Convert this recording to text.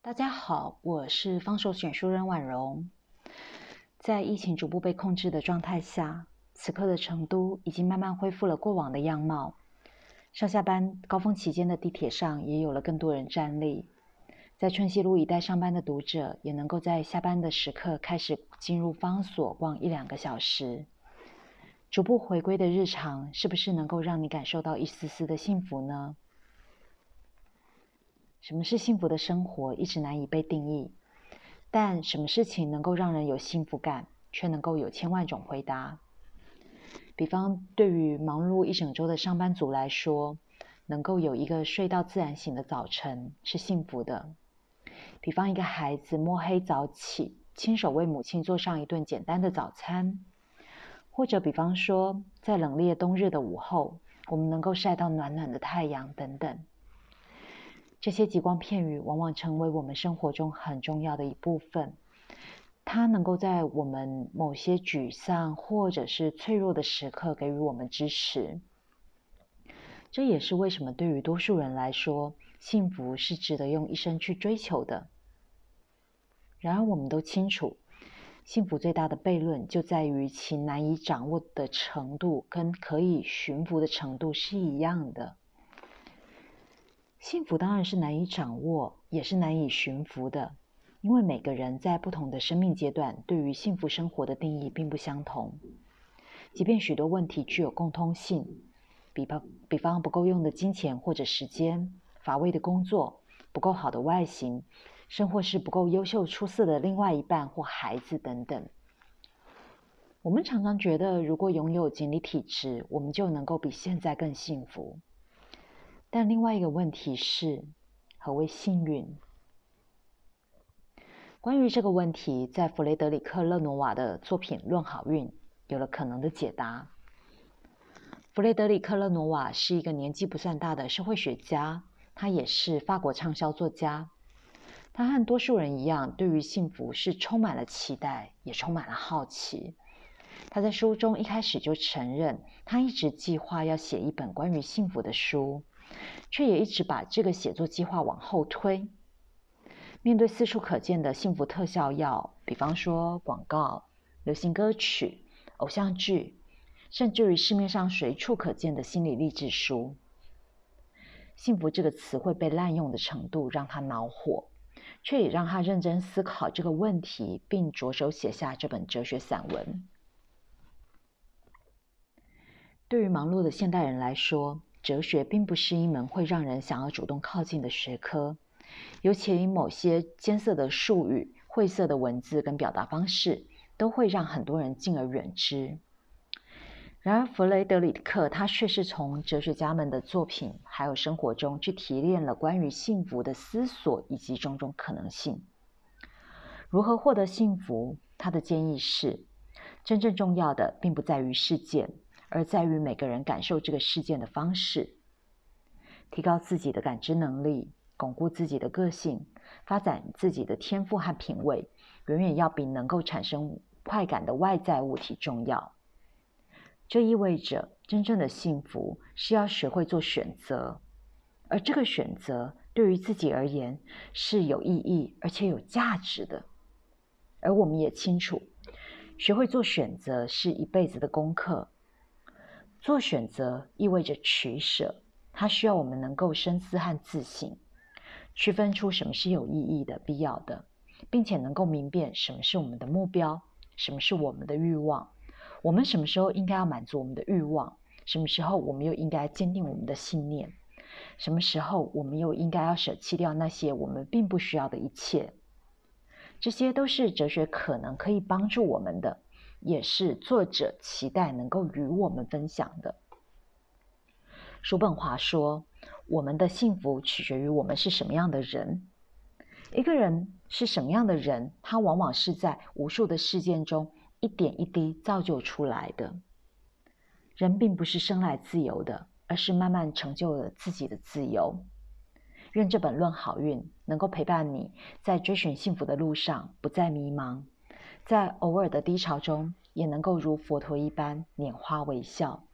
大家好，我是方手选书人婉容。在疫情逐步被控制的状态下，此刻的成都已经慢慢恢复了过往的样貌。上下班高峰期间的地铁上也有了更多人站立。在春熙路一带上班的读者也能够在下班的时刻开始进入方所逛1-2个小时。逐步回归的日常，是不是能够让你感受到一丝丝的幸福呢？什么是幸福的生活一直难以被定义，但什么事情能够让人有幸福感，却能够有千万种回答。比方对于忙碌一整周的上班族来说，能够有一个睡到自然醒的早晨是幸福的。比方一个孩子摸黑早起，亲手为母亲做上一顿简单的早餐。或者比方说在冷冽冬日的午后，我们能够晒到暖暖的太阳等等。这些极光片语往往成为我们生活中很重要的一部分，它能够在我们某些沮丧或者是脆弱的时刻给予我们支持。这也是为什么对于多数人来说，幸福是值得用一生去追求的。然而我们都清楚，幸福最大的悖论就在于其难以掌握的程度跟可以驯服的程度是一样的。幸福当然是难以掌握，也是难以驯服的，因为每个人在不同的生命阶段对于幸福生活的定义并不相同。即便许多问题具有共通性，比方不够用的金钱或者时间，乏味的工作，不够好的外形，甚或是不够优秀出色的另外一半或孩子等等。我们常常觉得，如果拥有锦鲤体质，我们就能够比现在更幸福。但另外一个问题是，何谓幸运？关于这个问题，在弗雷德里克·勒诺瓦的作品《论好运》有了可能的解答。弗雷德里克·勒诺瓦是一个年纪不算大的社会学家，他也是法国畅销作家。他和多数人一样，对于幸福是充满了期待，也充满了好奇。他在书中一开始就承认，他一直计划要写一本关于幸福的书，却也一直把这个写作计划往后推。面对四处可见的幸福特效药，比方说广告、流行歌曲、偶像剧，甚至于市面上随处可见的心理励志书，幸福这个词汇被滥用的程度让他恼火，却也让他认真思考这个问题，并着手写下这本哲学散文。对于忙碌的现代人来说，哲学并不是一门会让人想要主动靠近的学科，尤其某些艰涩的术语、晦涩的文字跟表达方式，都会让很多人敬而远之。然而弗雷德里克他却是从哲学家们的作品还有生活中去提炼了关于幸福的思索以及种种可能性。如何获得幸福？他的建议是，真正重要的并不在于事件，而在于每个人感受这个事件的方式。提高自己的感知能力，巩固自己的个性，发展自己的天赋和品味，远远要比能够产生快感的外在物体重要。这意味着真正的幸福是要学会做选择，而这个选择对于自己而言是有意义而且有价值的。而我们也清楚，学会做选择是一辈子的功课。做选择意味着取舍，它需要我们能够深思和自省，区分出什么是有意义的、必要的，并且能够明辨什么是我们的目标，什么是我们的欲望，我们什么时候应该要满足我们的欲望，什么时候我们又应该坚定我们的信念，什么时候我们又应该要舍弃掉那些我们并不需要的一切。这些都是哲学可能可以帮助我们的，也是作者期待能够与我们分享的。叔本华说，我们的幸福取决于我们是什么样的人。一个人是什么样的人，他往往是在无数的事件中一点一滴造就出来的。人并不是生来自由的，而是慢慢成就了自己的自由。愿这本论好运能够陪伴你在追寻幸福的路上不再迷茫，在偶尔的低潮中也能够如佛陀一般拈花微笑。